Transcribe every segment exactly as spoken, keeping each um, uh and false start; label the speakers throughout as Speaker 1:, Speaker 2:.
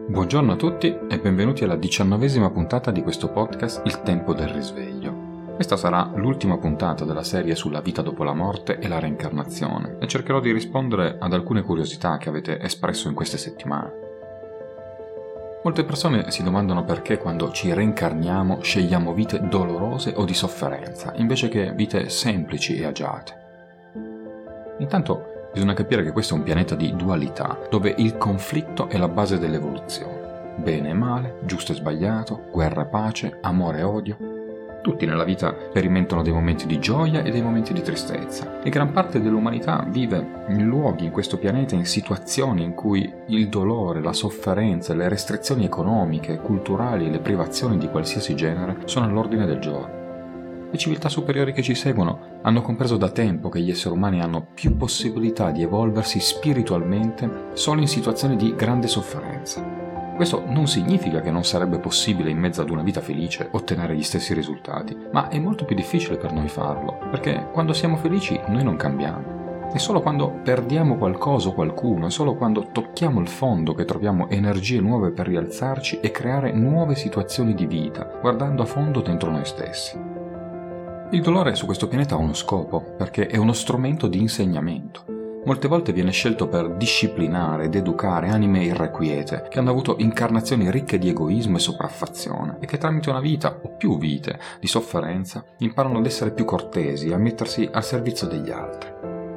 Speaker 1: Buongiorno a tutti e benvenuti alla diciannovesima puntata di questo podcast Il tempo del risveglio. Questa sarà l'ultima puntata della serie sulla vita dopo la morte e la reincarnazione e cercherò di rispondere ad alcune curiosità che avete espresso in queste settimane. Molte persone si domandano perché quando ci reincarniamo scegliamo vite dolorose o di sofferenza invece che vite semplici e agiate. Intanto bisogna capire che questo è un pianeta di dualità, dove il conflitto è la base dell'evoluzione. Bene e male, giusto e sbagliato, guerra e pace, amore e odio. Tutti nella vita sperimentano dei momenti di gioia e dei momenti di tristezza, e gran parte dell'umanità vive in luoghi in questo pianeta, in situazioni in cui il dolore, la sofferenza, le restrizioni economiche, culturali e le privazioni di qualsiasi genere sono all'ordine del giorno. Le civiltà superiori che ci seguono hanno compreso da tempo che gli esseri umani hanno più possibilità di evolversi spiritualmente solo in situazioni di grande sofferenza. Questo non significa che non sarebbe possibile in mezzo ad una vita felice ottenere gli stessi risultati, ma è molto più difficile per noi farlo, perché quando siamo felici noi non cambiamo. È solo quando perdiamo qualcosa o qualcuno, è solo quando tocchiamo il fondo che troviamo energie nuove per rialzarci e creare nuove situazioni di vita, guardando a fondo dentro noi stessi. Il dolore su questo pianeta ha uno scopo, perché è uno strumento di insegnamento. Molte volte viene scelto per disciplinare ed educare anime irrequiete, che hanno avuto incarnazioni ricche di egoismo e sopraffazione, e che tramite una vita, o più vite, di sofferenza, imparano ad essere più cortesi e a mettersi al servizio degli altri.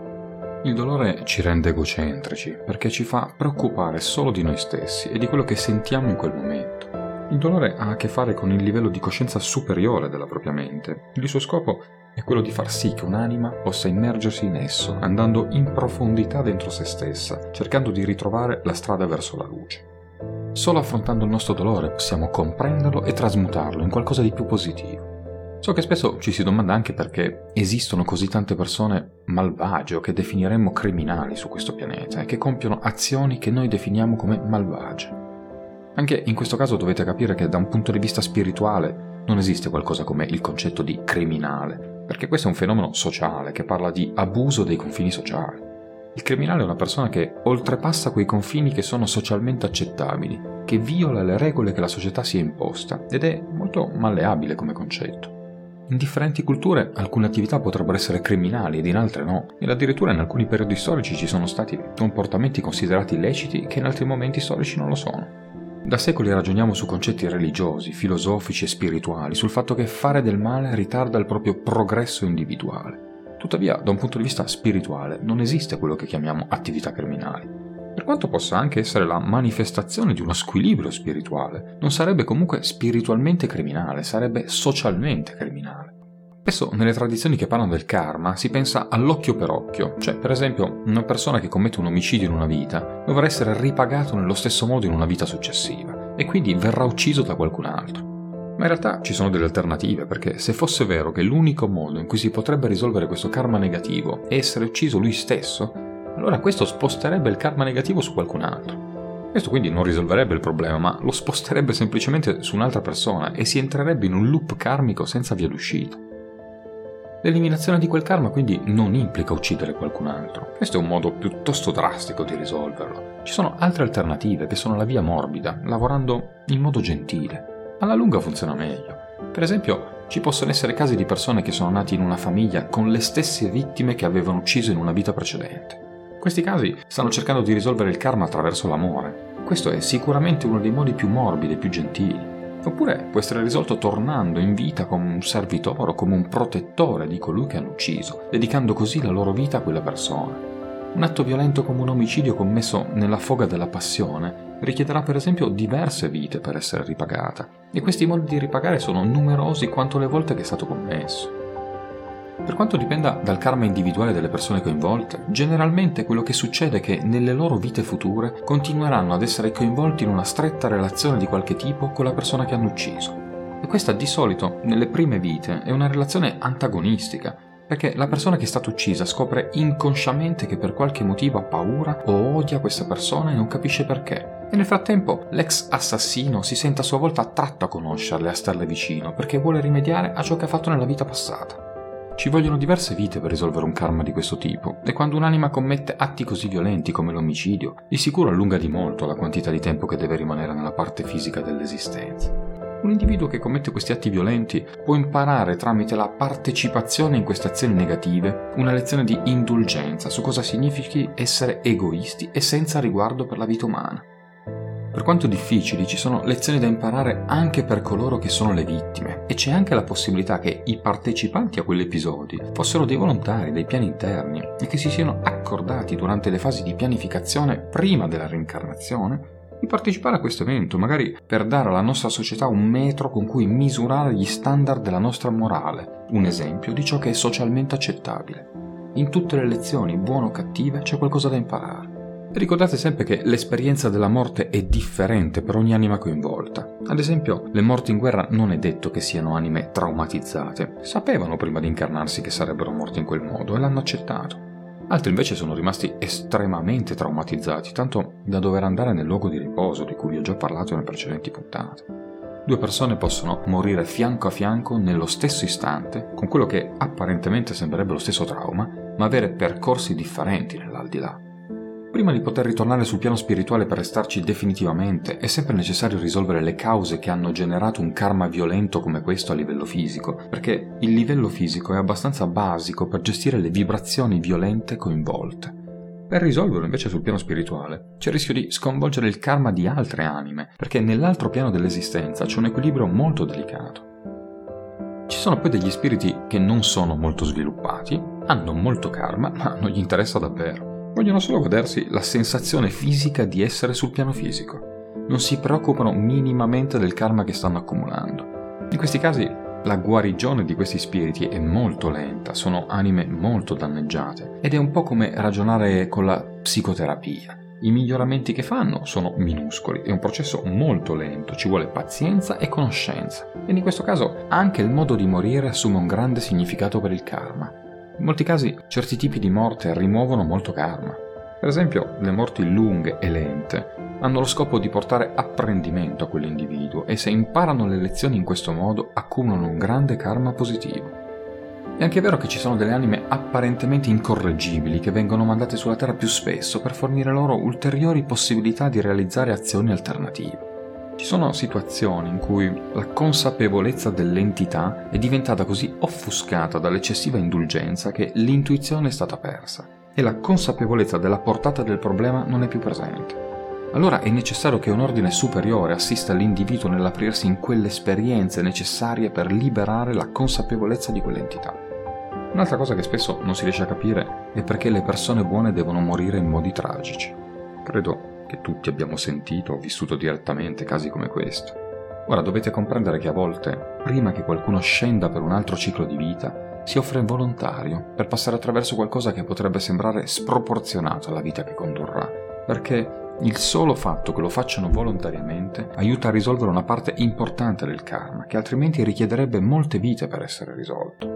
Speaker 1: Il dolore ci rende egocentrici, perché ci fa preoccupare solo di noi stessi e di quello che sentiamo in quel momento. Il dolore ha a che fare con il livello di coscienza superiore della propria mente. Il suo scopo è quello di far sì che un'anima possa immergersi in esso, andando in profondità dentro se stessa, cercando di ritrovare la strada verso la luce. Solo affrontando il nostro dolore possiamo comprenderlo e trasmutarlo in qualcosa di più positivo. So che spesso ci si domanda anche perché esistono così tante persone malvagie o che definiremmo criminali su questo pianeta e che compiono azioni che noi definiamo come malvagie. Anche in questo caso dovete capire che da un punto di vista spirituale non esiste qualcosa come il concetto di criminale, perché questo è un fenomeno sociale che parla di abuso dei confini sociali. Il criminale è una persona che oltrepassa quei confini che sono socialmente accettabili, che viola le regole che la società si è imposta ed è molto malleabile come concetto. In differenti culture alcune attività potrebbero essere criminali ed in altre no, ed addirittura in alcuni periodi storici ci sono stati comportamenti considerati leciti che in altri momenti storici non lo sono. Da secoli ragioniamo su concetti religiosi, filosofici e spirituali, sul fatto che fare del male ritarda il proprio progresso individuale. Tuttavia, da un punto di vista spirituale, non esiste quello che chiamiamo attività criminali. Per quanto possa anche essere la manifestazione di uno squilibrio spirituale, non sarebbe comunque spiritualmente criminale, sarebbe socialmente criminale. Spesso nelle tradizioni che parlano del karma si pensa all'occhio per occhio, cioè per esempio una persona che commette un omicidio in una vita dovrà essere ripagato nello stesso modo in una vita successiva e quindi verrà ucciso da qualcun altro. Ma in realtà ci sono delle alternative, perché se fosse vero che l'unico modo in cui si potrebbe risolvere questo karma negativo è essere ucciso lui stesso, allora questo sposterebbe il karma negativo su qualcun altro. Questo quindi non risolverebbe il problema, ma lo sposterebbe semplicemente su un'altra persona e si entrerebbe in un loop karmico senza via d'uscita. L'eliminazione di quel karma quindi non implica uccidere qualcun altro. Questo è un modo piuttosto drastico di risolverlo. Ci sono altre alternative che sono la via morbida, lavorando in modo gentile. Alla lunga funziona meglio. Per esempio, ci possono essere casi di persone che sono nati in una famiglia con le stesse vittime che avevano ucciso in una vita precedente. Questi casi stanno cercando di risolvere il karma attraverso l'amore. Questo è sicuramente uno dei modi più morbidi e più gentili. Oppure può essere risolto tornando in vita come un servitore o come un protettore di colui che hanno ucciso, dedicando così la loro vita a quella persona. Un atto violento come un omicidio commesso nella foga della passione richiederà per esempio diverse vite per essere ripagata, e questi modi di ripagare sono numerosi quanto le volte che è stato commesso. Per quanto dipenda dal karma individuale delle persone coinvolte, generalmente quello che succede è che nelle loro vite future continueranno ad essere coinvolti in una stretta relazione di qualche tipo con la persona che hanno ucciso. E questa di solito, nelle prime vite, è una relazione antagonistica, perché la persona che è stata uccisa scopre inconsciamente che per qualche motivo ha paura o odia questa persona e non capisce perché. E nel frattempo l'ex assassino si sente a sua volta attratto a conoscerle e a starle vicino, perché vuole rimediare a ciò che ha fatto nella vita passata. Ci vogliono diverse vite per risolvere un karma di questo tipo, e quando un'anima commette atti così violenti come l'omicidio, di sicuro allunga di molto la quantità di tempo che deve rimanere nella parte fisica dell'esistenza. Un individuo che commette questi atti violenti può imparare tramite la partecipazione in queste azioni negative una lezione di indulgenza su cosa significhi essere egoisti e senza riguardo per la vita umana. Per quanto difficili, ci sono lezioni da imparare anche per coloro che sono le vittime, e c'è anche la possibilità che i partecipanti a quegli episodi fossero dei volontari, dei piani interni, e che si siano accordati durante le fasi di pianificazione prima della reincarnazione di partecipare a questo evento, magari per dare alla nostra società un metro con cui misurare gli standard della nostra morale, un esempio di ciò che è socialmente accettabile. In tutte le lezioni, buone o cattive, c'è qualcosa da imparare. Ricordate sempre che l'esperienza della morte è differente per ogni anima coinvolta. Ad esempio, le morti in guerra non è detto che siano anime traumatizzate. Sapevano prima di incarnarsi che sarebbero morti in quel modo e l'hanno accettato. Altri invece sono rimasti estremamente traumatizzati, tanto da dover andare nel luogo di riposo, di cui vi ho già parlato nelle precedenti puntate. Due persone possono morire fianco a fianco nello stesso istante, con quello che apparentemente sembrerebbe lo stesso trauma, ma avere percorsi differenti nell'aldilà. Prima di poter ritornare sul piano spirituale per restarci definitivamente, è sempre necessario risolvere le cause che hanno generato un karma violento come questo a livello fisico, perché il livello fisico è abbastanza basico per gestire le vibrazioni violente coinvolte. Per risolverlo invece sul piano spirituale c'è il rischio di sconvolgere il karma di altre anime, perché nell'altro piano dell'esistenza c'è un equilibrio molto delicato. Ci sono poi degli spiriti che non sono molto sviluppati, hanno molto karma, ma non gli interessa davvero. Vogliono solo godersi la sensazione fisica di essere sul piano fisico. Non si preoccupano minimamente del karma che stanno accumulando. In questi casi la guarigione di questi spiriti è molto lenta, sono anime molto danneggiate ed è un po' come ragionare con la psicoterapia. I miglioramenti che fanno sono minuscoli, è un processo molto lento, ci vuole pazienza e conoscenza. E in questo caso anche il modo di morire assume un grande significato per il karma. In molti casi certi tipi di morte rimuovono molto karma. Per esempio, le morti lunghe e lente hanno lo scopo di portare apprendimento a quell'individuo e se imparano le lezioni in questo modo accumulano un grande karma positivo. È anche vero che ci sono delle anime apparentemente incorreggibili che vengono mandate sulla Terra più spesso per fornire loro ulteriori possibilità di realizzare azioni alternative. Ci sono situazioni in cui la consapevolezza dell'entità è diventata così offuscata dall'eccessiva indulgenza che l'intuizione è stata persa e la consapevolezza della portata del problema non è più presente. Allora è necessario che un ordine superiore assista l'individuo nell'aprirsi in quelle esperienze necessarie per liberare la consapevolezza di quell'entità. Un'altra cosa che spesso non si riesce a capire è perché le persone buone devono morire in modi tragici. Credo che tutti abbiamo sentito o vissuto direttamente casi come questo. Ora dovete comprendere che a volte, prima che qualcuno scenda per un altro ciclo di vita, si offre volontario per passare attraverso qualcosa che potrebbe sembrare sproporzionato alla vita che condurrà, perché il solo fatto che lo facciano volontariamente aiuta a risolvere una parte importante del karma, che altrimenti richiederebbe molte vite per essere risolto.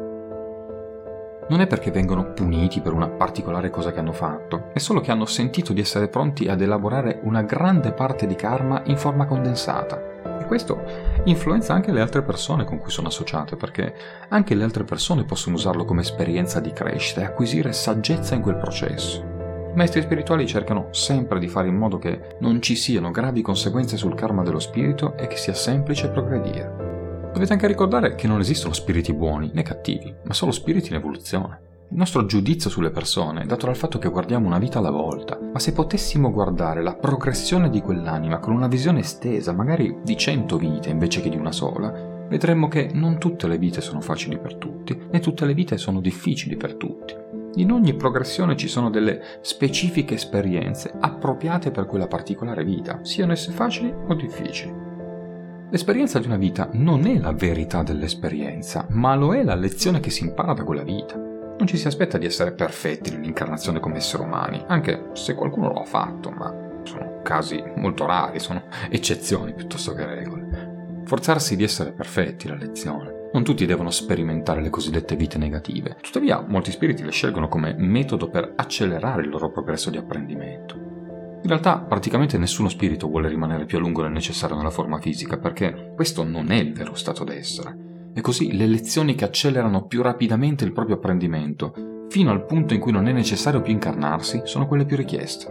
Speaker 1: Non è perché vengono puniti per una particolare cosa che hanno fatto, è solo che hanno sentito di essere pronti ad elaborare una grande parte di karma in forma condensata. E questo influenza anche le altre persone con cui sono associate, perché anche le altre persone possono usarlo come esperienza di crescita e acquisire saggezza in quel processo. I maestri spirituali cercano sempre di fare in modo che non ci siano gravi conseguenze sul karma dello spirito e che sia semplice progredire. Dovete anche ricordare che non esistono spiriti buoni né cattivi, ma solo spiriti in evoluzione. Il nostro giudizio sulle persone è dato dal fatto che guardiamo una vita alla volta, ma se potessimo guardare la progressione di quell'anima con una visione estesa, magari di cento vite invece che di una sola, vedremmo che non tutte le vite sono facili per tutti, né tutte le vite sono difficili per tutti. In ogni progressione ci sono delle specifiche esperienze appropriate per quella particolare vita, siano esse facili o difficili. L'esperienza di una vita non è la verità dell'esperienza, ma lo è la lezione che si impara da quella vita. Non ci si aspetta di essere perfetti nell'incarnazione come esseri umani, anche se qualcuno lo ha fatto, ma sono casi molto rari, sono eccezioni piuttosto che regole. Forzarsi di essere perfetti è la lezione. Non tutti devono sperimentare le cosiddette vite negative, tuttavia molti spiriti le scelgono come metodo per accelerare il loro progresso di apprendimento. In realtà praticamente nessuno spirito vuole rimanere più a lungo del necessario nella forma fisica, perché questo non è il vero stato d'essere. e così le lezioni che accelerano più rapidamente il proprio apprendimento, fino al punto in cui non è necessario più incarnarsi, sono quelle più richieste.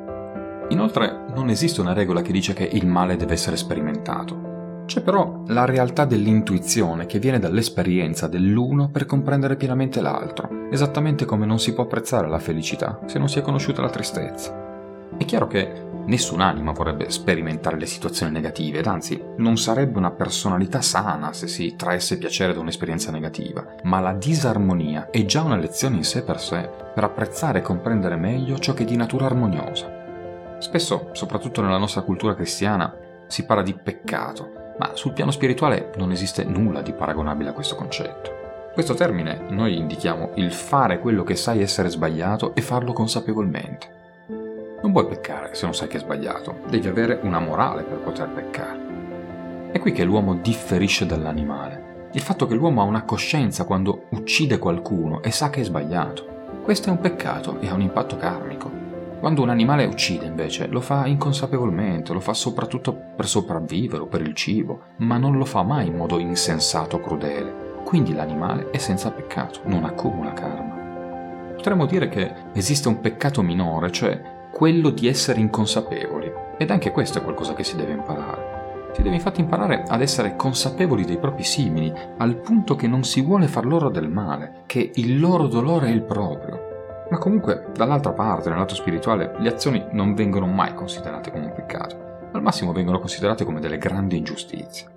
Speaker 1: Inoltre, non esiste una regola che dice che il male deve essere sperimentato. C'è però la realtà dell'intuizione che viene dall'esperienza dell'uno per comprendere pienamente l'altro, esattamente come non si può apprezzare la felicità se non si è conosciuta la tristezza. È chiaro che nessun'anima vorrebbe sperimentare le situazioni negative, ed anzi, non sarebbe una personalità sana se si traesse piacere da un'esperienza negativa, ma la disarmonia è già una lezione in sé per sé, per apprezzare e comprendere meglio ciò che è di natura armoniosa. Spesso, soprattutto nella nostra cultura cristiana, si parla di peccato, ma sul piano spirituale non esiste nulla di paragonabile a questo concetto. Questo termine noi indichiamo il fare quello che sai essere sbagliato e farlo consapevolmente. Non puoi peccare se non sai che è sbagliato, devi avere una morale per poter peccare. È qui che l'uomo differisce dall'animale. Il fatto che l'uomo ha una coscienza quando uccide qualcuno e sa che è sbagliato. Questo è un peccato e ha un impatto karmico. Quando un animale uccide, invece, lo fa inconsapevolmente, lo fa soprattutto per sopravvivere o per il cibo, ma non lo fa mai in modo insensato o crudele. Quindi l'animale è senza peccato, non accumula karma. Potremmo dire che esiste un peccato minore, cioè quello di essere inconsapevoli, ed anche questo è qualcosa che si deve imparare. Si deve infatti imparare ad essere consapevoli dei propri simili, al punto che non si vuole far loro del male, che il loro dolore è il proprio. Ma comunque, dall'altra parte, nel lato spirituale, le azioni non vengono mai considerate come un peccato, al massimo vengono considerate come delle grandi ingiustizie.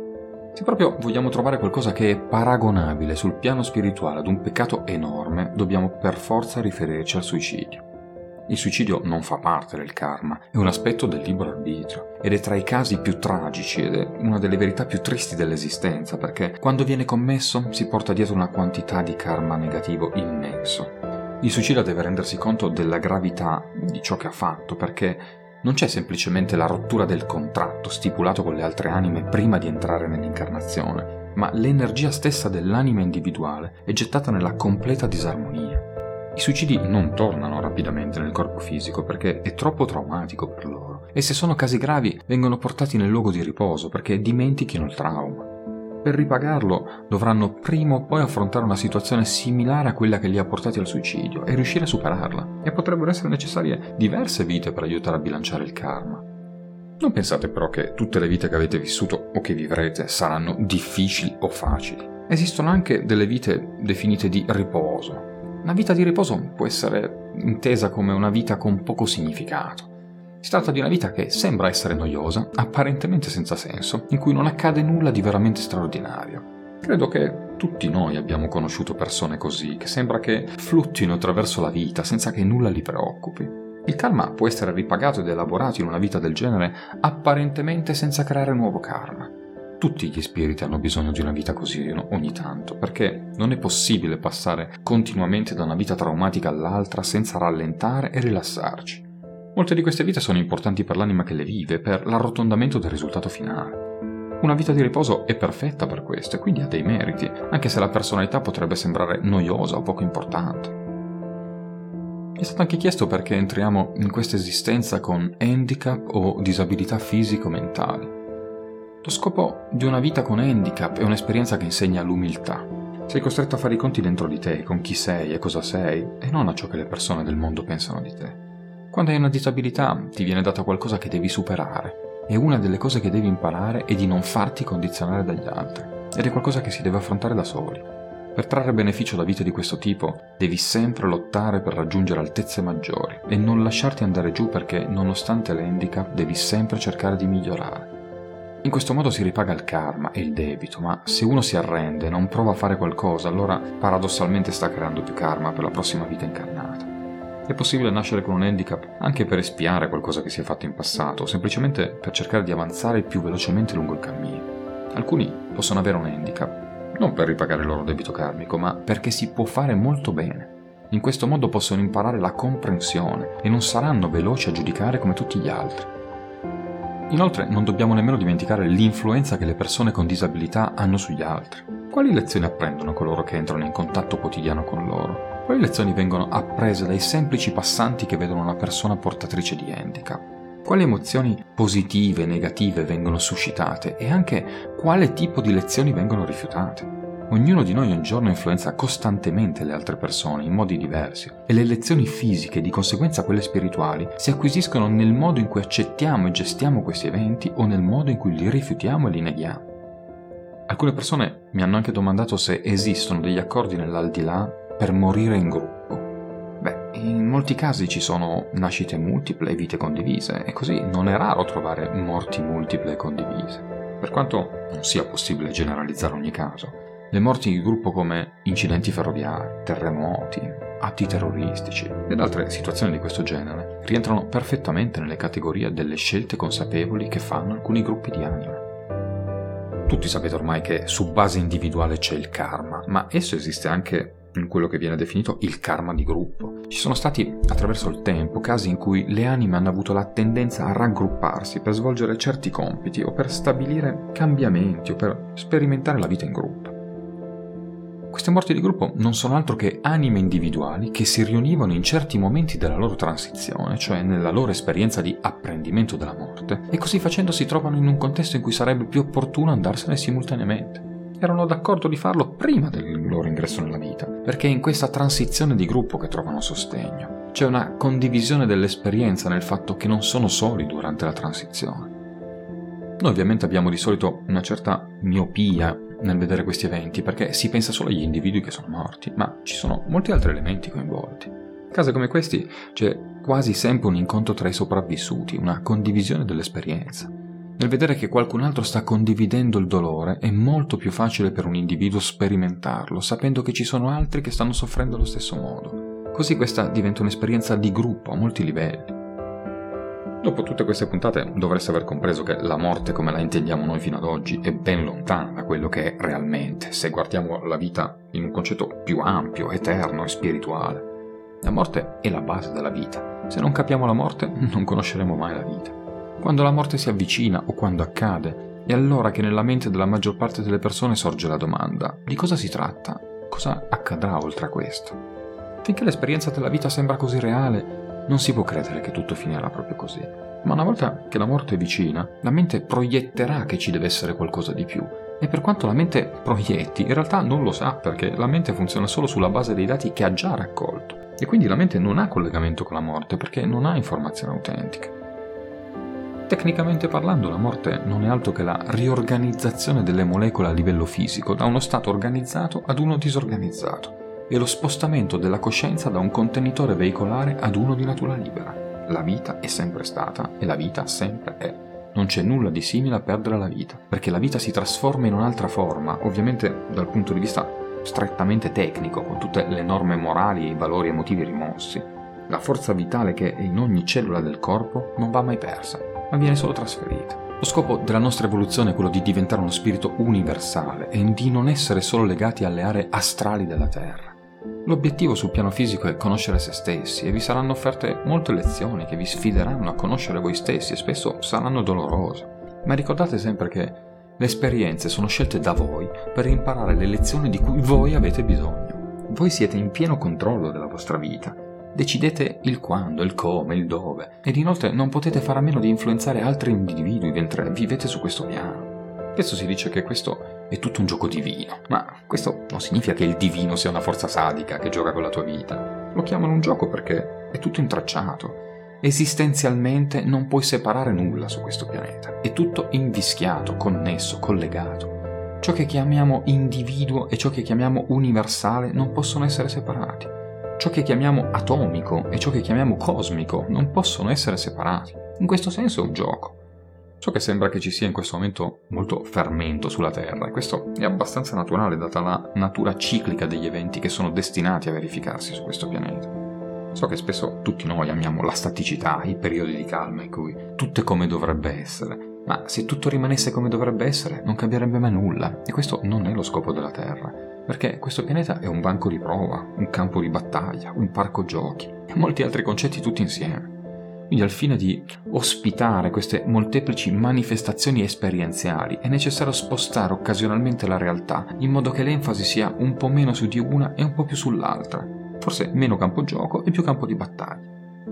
Speaker 1: Se proprio vogliamo trovare qualcosa che è paragonabile sul piano spirituale ad un peccato enorme, dobbiamo per forza riferirci al suicidio. Il suicidio non fa parte del karma, è un aspetto del libero arbitrio ed è tra i casi più tragici ed è una delle verità più tristi dell'esistenza, perché quando viene commesso si porta dietro una quantità di karma negativo immenso. Il suicida deve rendersi conto della gravità di ciò che ha fatto, perché non c'è semplicemente la rottura del contratto stipulato con le altre anime prima di entrare nell'incarnazione, ma l'energia stessa dell'anima individuale è gettata nella completa disarmonia. I suicidi non tornano rapidamente nel corpo fisico perché è troppo traumatico per loro, e se sono casi gravi vengono portati nel luogo di riposo perché dimentichino il trauma. Per ripagarlo dovranno prima o poi affrontare una situazione similare a quella che li ha portati al suicidio e riuscire a superarla, e potrebbero essere necessarie diverse vite per aiutare a bilanciare il karma. Non pensate però che tutte le vite che avete vissuto o che vivrete saranno difficili o facili. Esistono anche delle vite definite di riposo. Una vita di riposo può essere intesa come una vita con poco significato. Si tratta di una vita che sembra essere noiosa, apparentemente senza senso, in cui non accade nulla di veramente straordinario. Credo che tutti noi abbiamo conosciuto persone così, che sembra che fluttino attraverso la vita senza che nulla li preoccupi. Il karma può essere ripagato ed elaborato in una vita del genere apparentemente senza creare nuovo karma. Tutti gli spiriti hanno bisogno di una vita così ogni tanto, perché non è possibile passare continuamente da una vita traumatica all'altra senza rallentare e rilassarci. Molte di queste vite sono importanti per l'anima che le vive, per l'arrotondamento del risultato finale. Una vita di riposo è perfetta per questo e quindi ha dei meriti, anche se la personalità potrebbe sembrare noiosa o poco importante. Mi è stato anche chiesto perché entriamo in questa esistenza con handicap o disabilità fisico-mentali. Lo scopo di una vita con handicap è un'esperienza che insegna l'umiltà. Sei costretto a fare i conti dentro di te, con chi sei e cosa sei, e non a ciò che le persone del mondo pensano di te. Quando hai una disabilità ti viene dato qualcosa che devi superare, e una delle cose che devi imparare è di non farti condizionare dagli altri, ed è qualcosa che si deve affrontare da soli. Per trarre beneficio da vite di questo tipo, devi sempre lottare per raggiungere altezze maggiori e non lasciarti andare giù perché, nonostante l'handicap, devi sempre cercare di migliorare. In questo modo si ripaga il karma e il debito, ma se uno si arrende e non prova a fare qualcosa, allora paradossalmente sta creando più karma per la prossima vita incarnata. È possibile nascere con un handicap anche per espiare qualcosa che si è fatto in passato, o semplicemente per cercare di avanzare più velocemente lungo il cammino. Alcuni possono avere un handicap, non per ripagare il loro debito karmico, ma perché si può fare molto bene. In questo modo possono imparare la comprensione e non saranno veloci a giudicare come tutti gli altri. Inoltre non dobbiamo nemmeno dimenticare l'influenza che le persone con disabilità hanno sugli altri. Quali lezioni apprendono coloro che entrano in contatto quotidiano con loro? Quali lezioni vengono apprese dai semplici passanti che vedono una persona portatrice di handicap? Quali emozioni positive e negative vengono suscitate e anche quale tipo di lezioni vengono rifiutate. Ognuno di noi un giorno influenza costantemente le altre persone in modi diversi e le lezioni fisiche e di conseguenza quelle spirituali si acquisiscono nel modo in cui accettiamo e gestiamo questi eventi o nel modo in cui li rifiutiamo e li neghiamo. Alcune persone mi hanno anche domandato se esistono degli accordi nell'aldilà per morire in gruppo. Beh, in molti casi ci sono nascite multiple e vite condivise e così non è raro trovare morti multiple e condivise. Per quanto non sia possibile generalizzare ogni caso, le morti di gruppo come incidenti ferroviari, terremoti, atti terroristici ed altre situazioni di questo genere rientrano perfettamente nelle categorie delle scelte consapevoli che fanno alcuni gruppi di anime. Tutti sapete ormai che su base individuale c'è il karma, ma esso esiste anche in quello che viene definito il karma di gruppo. Ci sono stati, attraverso il tempo, casi in cui le anime hanno avuto la tendenza a raggrupparsi per svolgere certi compiti o per stabilire cambiamenti o per sperimentare la vita in gruppo. Queste morti di gruppo non sono altro che anime individuali che si riunivano in certi momenti della loro transizione, cioè nella loro esperienza di apprendimento della morte, e così facendo si trovano in un contesto in cui sarebbe più opportuno andarsene simultaneamente. Erano d'accordo di farlo prima del loro ingresso nella vita, perché è in questa transizione di gruppo che trovano sostegno. C'è una condivisione dell'esperienza nel fatto che non sono soli durante la transizione. Noi ovviamente abbiamo di solito una certa miopia nel vedere questi eventi, perché si pensa solo agli individui che sono morti, ma ci sono molti altri elementi coinvolti. In casi come questi c'è quasi sempre un incontro tra i sopravvissuti, una condivisione dell'esperienza. Nel vedere che qualcun altro sta condividendo il dolore è molto più facile per un individuo sperimentarlo, sapendo che ci sono altri che stanno soffrendo allo stesso modo. Così questa diventa un'esperienza di gruppo a molti livelli. Dopo tutte queste puntate dovreste aver compreso che la morte come la intendiamo noi fino ad oggi è ben lontana da quello che è realmente, se guardiamo la vita in un concetto più ampio, eterno e spirituale. La morte è la base della vita. Se non capiamo la morte, non conosceremo mai la vita. Quando la morte si avvicina o quando accade, è allora che nella mente della maggior parte delle persone sorge la domanda: di cosa si tratta? Cosa accadrà oltre a questo? Finché l'esperienza della vita sembra così reale, non si può credere che tutto finirà proprio così. Ma una volta che la morte è vicina, la mente proietterà che ci deve essere qualcosa di più. E per quanto la mente proietti, in realtà non lo sa, perché la mente funziona solo sulla base dei dati che ha già raccolto. E quindi la mente non ha collegamento con la morte, perché non ha informazioni autentiche. Tecnicamente parlando, la morte non è altro che la riorganizzazione delle molecole a livello fisico, da uno stato organizzato ad uno disorganizzato, e lo spostamento della coscienza da un contenitore veicolare ad uno di natura libera. La vita è sempre stata e la vita sempre è. Non c'è nulla di simile a perdere la vita, perché la vita si trasforma in un'altra forma, ovviamente dal punto di vista strettamente tecnico, con tutte le norme morali e i valori emotivi rimossi. La forza vitale che è in ogni cellula del corpo non va mai persa, ma viene solo trasferita. Lo scopo della nostra evoluzione è quello di diventare uno spirito universale e di non essere solo legati alle aree astrali della Terra. L'obiettivo sul piano fisico è conoscere se stessi e vi saranno offerte molte lezioni che vi sfideranno a conoscere voi stessi e spesso saranno dolorose. Ma ricordate sempre che le esperienze sono scelte da voi per imparare le lezioni di cui voi avete bisogno. Voi siete in pieno controllo della vostra vita. Decidete il quando, il come, il dove, ed inoltre non potete fare a meno di influenzare altri individui mentre vivete su questo piano. Spesso si dice che questo è tutto un gioco divino, ma questo non significa che il divino sia una forza sadica che gioca con la tua vita. Lo chiamano un gioco perché è tutto intracciato. Esistenzialmente non puoi separare nulla su questo pianeta. È tutto invischiato, connesso, collegato. Ciò che chiamiamo individuo e ciò che chiamiamo universale non possono essere separati. Ciò che chiamiamo atomico e ciò che chiamiamo cosmico non possono essere separati. In questo senso è un gioco. So che sembra che ci sia in questo momento molto fermento sulla Terra, e questo è abbastanza naturale data la natura ciclica degli eventi che sono destinati a verificarsi su questo pianeta. So che spesso tutti noi amiamo la staticità, i periodi di calma in cui tutto è come dovrebbe essere, ma se tutto rimanesse come dovrebbe essere non cambierebbe mai nulla, e questo non è lo scopo della Terra, perché questo pianeta è un banco di prova, un campo di battaglia, un parco giochi e molti altri concetti tutti insieme. Quindi al fine di ospitare queste molteplici manifestazioni esperienziali è necessario spostare occasionalmente la realtà in modo che l'enfasi sia un po' meno su di una e un po' più sull'altra, forse meno campo gioco e più campo di battaglia.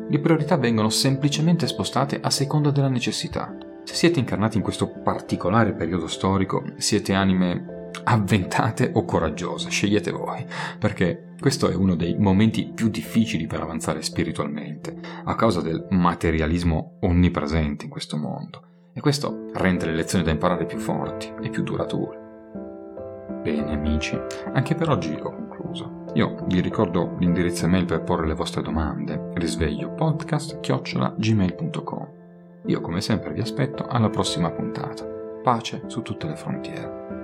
Speaker 1: Le priorità vengono semplicemente spostate a seconda della necessità. Se siete incarnati in questo particolare periodo storico, siete anime avventate o coraggiose, scegliete voi, perché questo è uno dei momenti più difficili per avanzare spiritualmente, a causa del materialismo onnipresente in questo mondo, e questo rende le lezioni da imparare più forti e più durature. Bene amici, anche per oggi ho concluso. Io vi ricordo l'indirizzo email per porre le vostre domande, risvegliopodcast chiocciola gmail punto com. Io come sempre vi aspetto alla prossima puntata. Pace su tutte le frontiere.